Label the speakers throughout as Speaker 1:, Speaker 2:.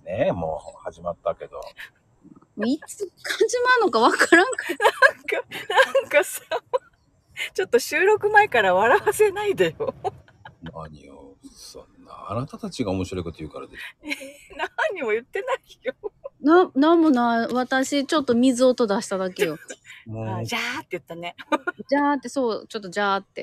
Speaker 1: ねえ、もう始まったけど。
Speaker 2: いつ始まるのかわからんか。
Speaker 3: なんかさ、ちょっと収録前から笑わせないでよ。
Speaker 1: 何よ、そんな。あなたたちが面白いこと言うからでし
Speaker 3: 何も言ってないよ。
Speaker 2: なんもない。私、ちょっと水音出しただけよ。
Speaker 1: ょ。もう、
Speaker 3: じゃーって言ったね。
Speaker 2: じゃーって、そう、ちょっとじゃーって。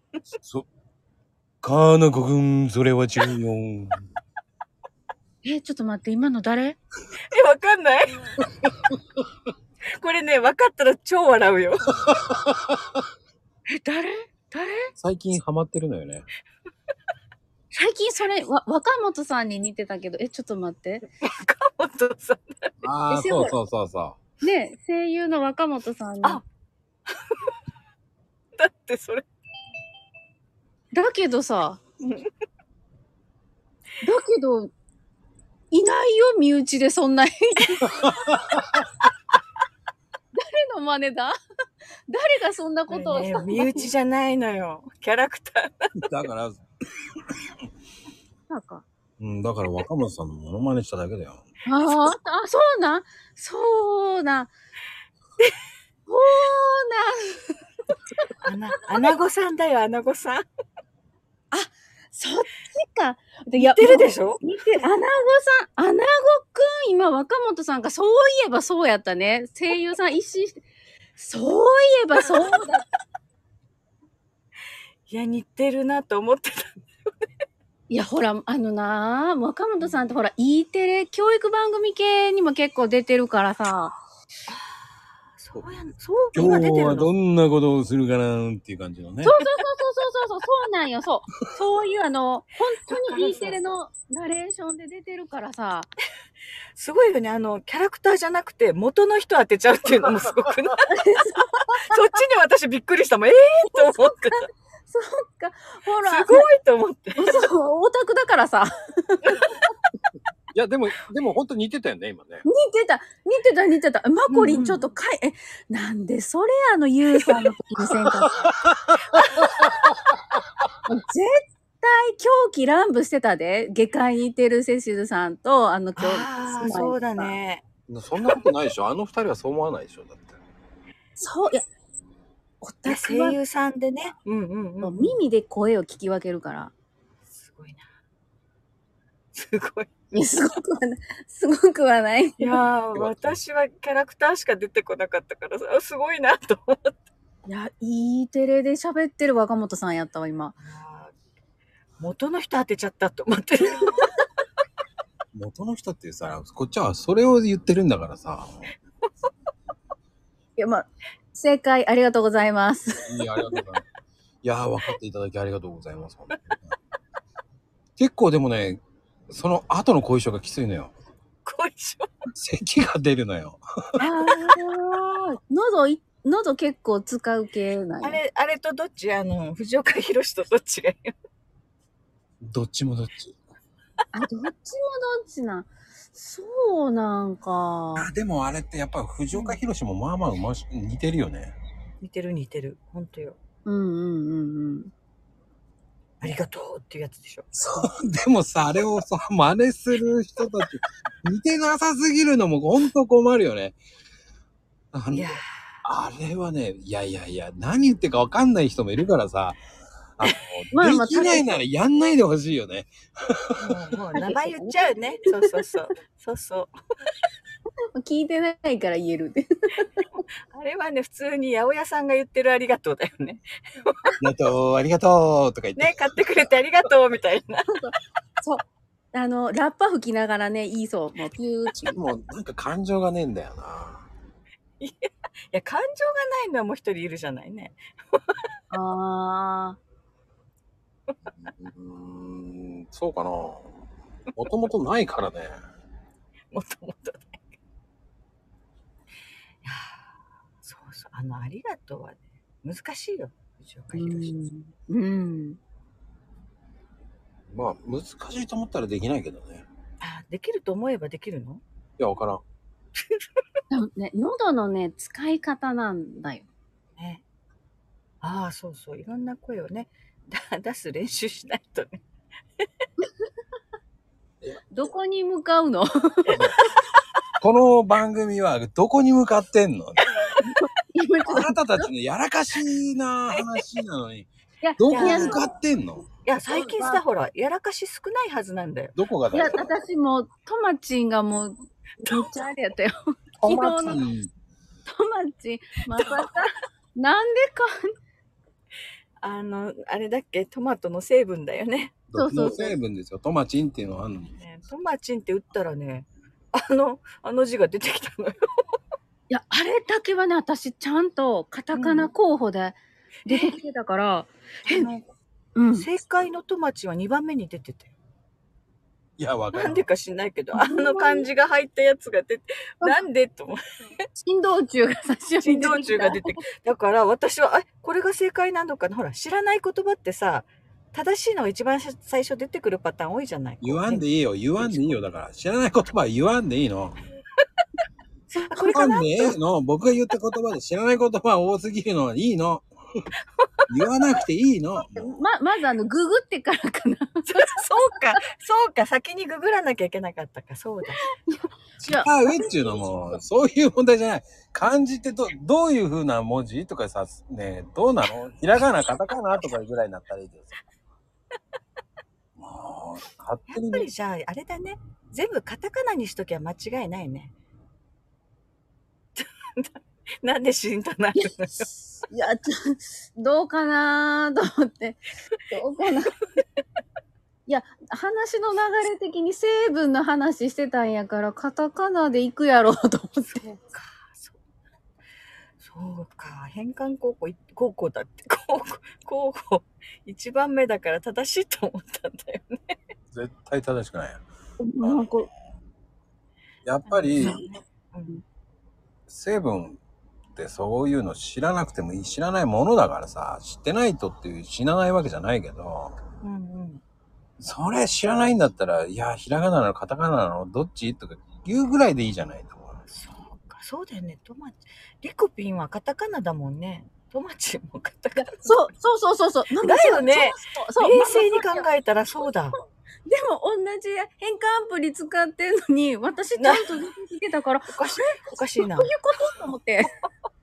Speaker 1: かなこくん、それは違うよ。
Speaker 2: ちょっと待って、今の誰？
Speaker 3: わかんないこれね、分かったら超笑うよ。
Speaker 2: 誰？
Speaker 1: 最近ハマってるのよね。
Speaker 2: 最近それ、若本さんに似てたけど、ちょっと待って。
Speaker 3: 若本さん。
Speaker 1: ああ、そうそうそうそ
Speaker 2: ね、声優の若本さんに。
Speaker 3: あだってそれ。
Speaker 2: だけどさ、いないよ、身内でそんな。誰の真似だ？誰がそんなことをしたの？
Speaker 3: 身内じゃないのよ。キャラクター。
Speaker 1: だから、
Speaker 2: なんか。
Speaker 1: だから若松さんのモノマネしただけだよ。
Speaker 2: そうなん。
Speaker 3: アナゴさんだよ、アナゴさん。
Speaker 2: そっちか。
Speaker 3: 似てるでしょ？
Speaker 2: 似てる。アナゴさん、アナゴくん、今若本さんが、そういえばそうやったね。声優さん一新して、そういえばそうだ。
Speaker 3: いや、似てるなと思ってた。
Speaker 2: いや、ほら、若本さんってほら、E テレ教育番組系にも結構出てるからさ。
Speaker 1: 今日はどんなことをするかなっていう感じのね。
Speaker 2: そうなんよ、そう。そういう本当に E テレのナレーションで出てるからさ。
Speaker 3: すごいよね、キャラクターじゃなくて、元の人当てちゃうっていうのもすごくない？そっちに私びっくりしたもん。と思ってた。
Speaker 2: そっか、ほら。
Speaker 3: すごいと思って。
Speaker 2: そう、オタクだからさ。
Speaker 1: いや、でも本当に似てたよね、今ね。
Speaker 2: 似てた。マコリンちょっとなんでそれユウさんの時にせんかった。絶対狂気乱舞してたで。下界にいてるセシルさんと、
Speaker 3: そうだね。
Speaker 1: そんなことないでしょ。あの二人はそう思わないでしょ、だって。
Speaker 2: そう、いや、オタクは
Speaker 3: 声優さんでね。
Speaker 2: 耳で声を聞き分けるから。
Speaker 3: すごいな。すごい。
Speaker 2: すごくはない。
Speaker 3: いやー、私はキャラクターしか出てこなかったからさ、すごいなと思って。
Speaker 2: いや、E テレで喋ってる若本さんやったわ、今。
Speaker 3: 元の人当てちゃったと思ってる。
Speaker 1: 元の人ってさ、こっちはそれを言ってるんだからさ。
Speaker 2: いや、正解ありがとうございます。
Speaker 1: いや、ありがとうございます。いや、分かっていただきありがとうございます。結構でもね、その後の後遺症がきついのよ。
Speaker 3: 後遺症？
Speaker 1: 咳が出るのよ。
Speaker 2: 喉結構使う系なんや。
Speaker 3: あれとどっち？藤岡弘とどっちがいい？
Speaker 1: どっちもどっち。
Speaker 2: どっちもどっちなん。そうなんか。
Speaker 1: でもあれってやっぱ藤岡弘もまあまあ似てるよね。
Speaker 3: 似てる。ほんとよ。ありがとうっていうやつでしょ。
Speaker 1: そう、でもさ、あれをさ、真似する人たち、似てなさすぎるのもほんと困るよね。いやあれはね、いや、何言ってるかわかんない人もいるからさ、できないならやんないでほしいよね。
Speaker 3: もう名前言っちゃうね。そうそう。
Speaker 2: 聞いてないから言える。
Speaker 3: あれはね、普通に八百屋さんが言ってるありがとうだよね。
Speaker 1: ありがとうとか言って。
Speaker 3: ね、買ってくれてありがとうみたいな。
Speaker 2: そう。ラッパ吹きながらね、言いそう。もうピューチ。
Speaker 1: もうなんか感情がねえんだよな。
Speaker 3: いや、感情がないのはもう一人いるじゃないね。
Speaker 1: そうかな。もともとないからね。
Speaker 3: もともとね。いやそう。ありがとうはね、難しいよ。藤岡弘。
Speaker 1: まあ、難しいと思ったらできないけどね。
Speaker 3: できると思えばできるの？
Speaker 1: いや、わからん。
Speaker 2: ね、喉のね、使い方なんだよ。
Speaker 3: ね。そう。いろんな声をね、出す練習しないとね。
Speaker 2: どこに向かうの？
Speaker 1: この番組はどこに向かってんの？
Speaker 2: 今ちょっと
Speaker 1: あなたたちのやらかしな話なのに、
Speaker 2: いや、
Speaker 1: どこに向かってんの？
Speaker 3: いや、最近さ、ほら、やらかし少ないはずなんだよ。
Speaker 1: どこが
Speaker 2: いや、
Speaker 1: だよ。
Speaker 2: 私もトマチンがもう、めっちゃあれやったよ。
Speaker 1: トマ
Speaker 2: 昨日の
Speaker 1: チン
Speaker 2: トマチン、まさか、なんでか、
Speaker 3: あれだっけ、トマトの成分だよね。
Speaker 2: そうそうそう
Speaker 1: の成分ですよ。トマチンっていうのはあるのに。
Speaker 3: ね、トマチンって打ったらね、あの字が出てきたのよ。
Speaker 2: いや、あれだけはね、私ちゃんとカタカナ候補で出てきてたから、うん。
Speaker 3: 正解のトマチンは2番目に出てて。
Speaker 1: いや、わかる。
Speaker 3: なんでか知んないけど、漢字が入ったやつが出て、なんでと思って、
Speaker 2: 振動中が最初
Speaker 3: 振動
Speaker 2: に出てきた。
Speaker 3: 中が出てきた。だから私は、これが正解なのかな。ほら、知らない言葉ってさ、正しいのが一番最初出てくるパターン多いじゃない。
Speaker 1: 言わんでいいよ。言わんでいいよ。だから、知らない言葉は言わんでいいの。
Speaker 3: これかな。
Speaker 1: 言わんでええの。僕が言った言葉で知らない言葉多すぎるのはいいの。言わなくていいの。
Speaker 2: まずググってからかな。
Speaker 3: そうか、先にググらなきゃいけなかったか、そうだ。
Speaker 1: 違うっちゅうのも、そういう問題じゃない。漢字ってどういう風な文字とかさ、ね、どうなの？ひらがな、カタカナとかぐらいになったらいいですよ。もう、勝手
Speaker 3: やっぱ
Speaker 1: にね。
Speaker 3: りじゃあ、あれだね。全部カタカナにしときゃ間違いないね。なんでシーンとなるのよ。
Speaker 2: いや、どうかなと思って。どうかな。いや、話の流れ的に成分の話してたんやから、カタカナで行くやろうと思って。
Speaker 3: そうか。変換高校だって。高校、一番目だから正しいと思ったんだよね。
Speaker 1: 絶対正しくないよ。
Speaker 2: なんか、
Speaker 1: やっぱり、
Speaker 3: うん
Speaker 1: 成分ってそういうの知らなくてもいい、知らないものだからさ、知ってないとっていう知らないわけじゃないけど、
Speaker 3: うんうん。
Speaker 1: それ知らないんだったら、いや、ひらがななのカタカナなのどっちとか言うぐらいでいいじゃないと思う。
Speaker 3: そうか、そうだよね。リコピンはカタカナだもんね。トマチンもカタカナ。
Speaker 2: そう。
Speaker 3: だよね。
Speaker 2: そう。
Speaker 3: 冷静に考えたらそうだ。
Speaker 2: でも同じ変換アプリ使ってんのに、私ちゃんと出てきてたから、
Speaker 3: おかしいな。
Speaker 2: どういうことと思って。ど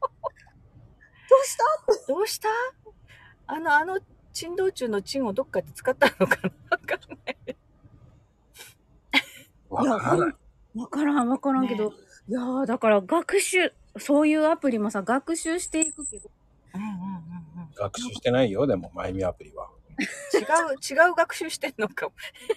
Speaker 2: うした？
Speaker 3: あの、珍道中の珍をどっかで使ったのかな。わかんない。
Speaker 1: わからない。
Speaker 2: わからんけど、いやー、だからそういうアプリもさ、学習していくけど。
Speaker 1: 学習してないよ、でも、まゆみアプリは。
Speaker 3: 違う学習してんのかも。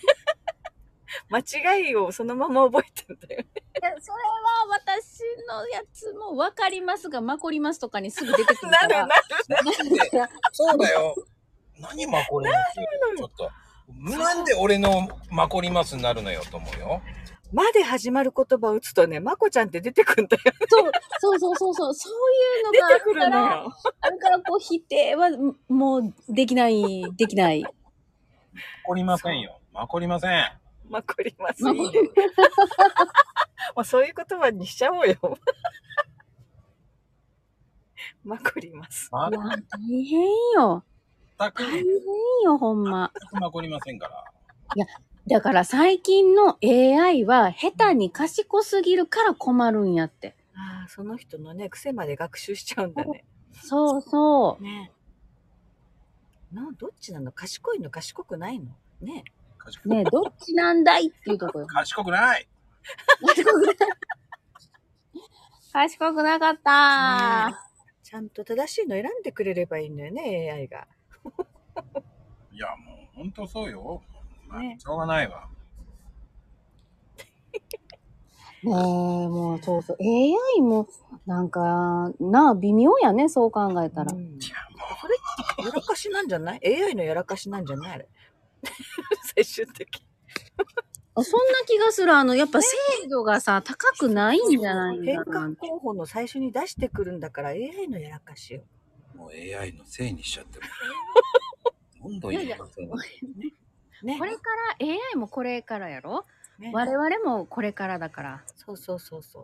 Speaker 3: 間違いをそのまま覚えてんだよね。
Speaker 2: いや、それは私のやつもわかりますが、まこりますとかにすぐ出てくるから。
Speaker 1: そうだよ。何マコリますちょっと。なんで俺のマコリますになるのよと思うよ。
Speaker 3: まで始まる言葉を打つとね、まこちゃんって出てくんだよ。
Speaker 2: そういうのが
Speaker 3: 出てくるのよ。
Speaker 2: あるからこう否定はもうできない。
Speaker 1: マコりませんよ。マコりません。
Speaker 3: まこります。いいね。もうそういう言葉にしちゃおうよ。まこります。
Speaker 2: いや、大変よ。大変よ、ほんま。
Speaker 1: マコりませんから。
Speaker 2: いや、だから最近の AI は下手に賢すぎるから困るんやって。
Speaker 3: ああ、その人のね、癖まで学習しちゃうんだね。
Speaker 2: そう。
Speaker 3: ね。どっちなの？賢いの？賢くないの？ね。
Speaker 2: ねえ、どっちなんだいっていうところ。
Speaker 1: 賢くない。
Speaker 2: 賢くなかった
Speaker 3: ね。ちゃんと正しいの選んでくれればいいのよね、AI が。
Speaker 1: いや、もう、ほんとそうよ。
Speaker 3: ね。
Speaker 1: しょうがないわ。
Speaker 2: ねえ、もうそう。AI も、なんか、微妙やね、そう考えたら。
Speaker 3: それ、やらかしなんじゃない？ AI のやらかしなんじゃないあれ。最終的。
Speaker 2: そんな気がする。やっぱ精度がさ、高くないんじゃないん
Speaker 3: 変
Speaker 2: だな。
Speaker 3: 換候補の最初に出してくるんだから AI のやらかしよ。
Speaker 1: もう AI のせいにしちゃってる。どんどん言いません
Speaker 3: ね。
Speaker 2: これから、AI もこれからやろ、
Speaker 3: ね。
Speaker 2: 我々もこれからだから。
Speaker 3: そう。
Speaker 1: そう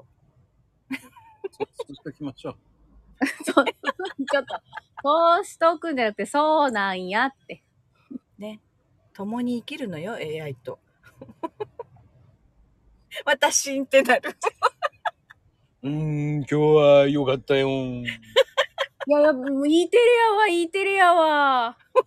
Speaker 1: しておきましょう。
Speaker 2: ちょっと、そうしとくんじゃなくて、そうなんやって。
Speaker 3: ね。共に生きるのよ、AI と。 私ってなる。
Speaker 1: 今日は良かったよ。
Speaker 2: いや、もう E テレやわ、E テレやわ。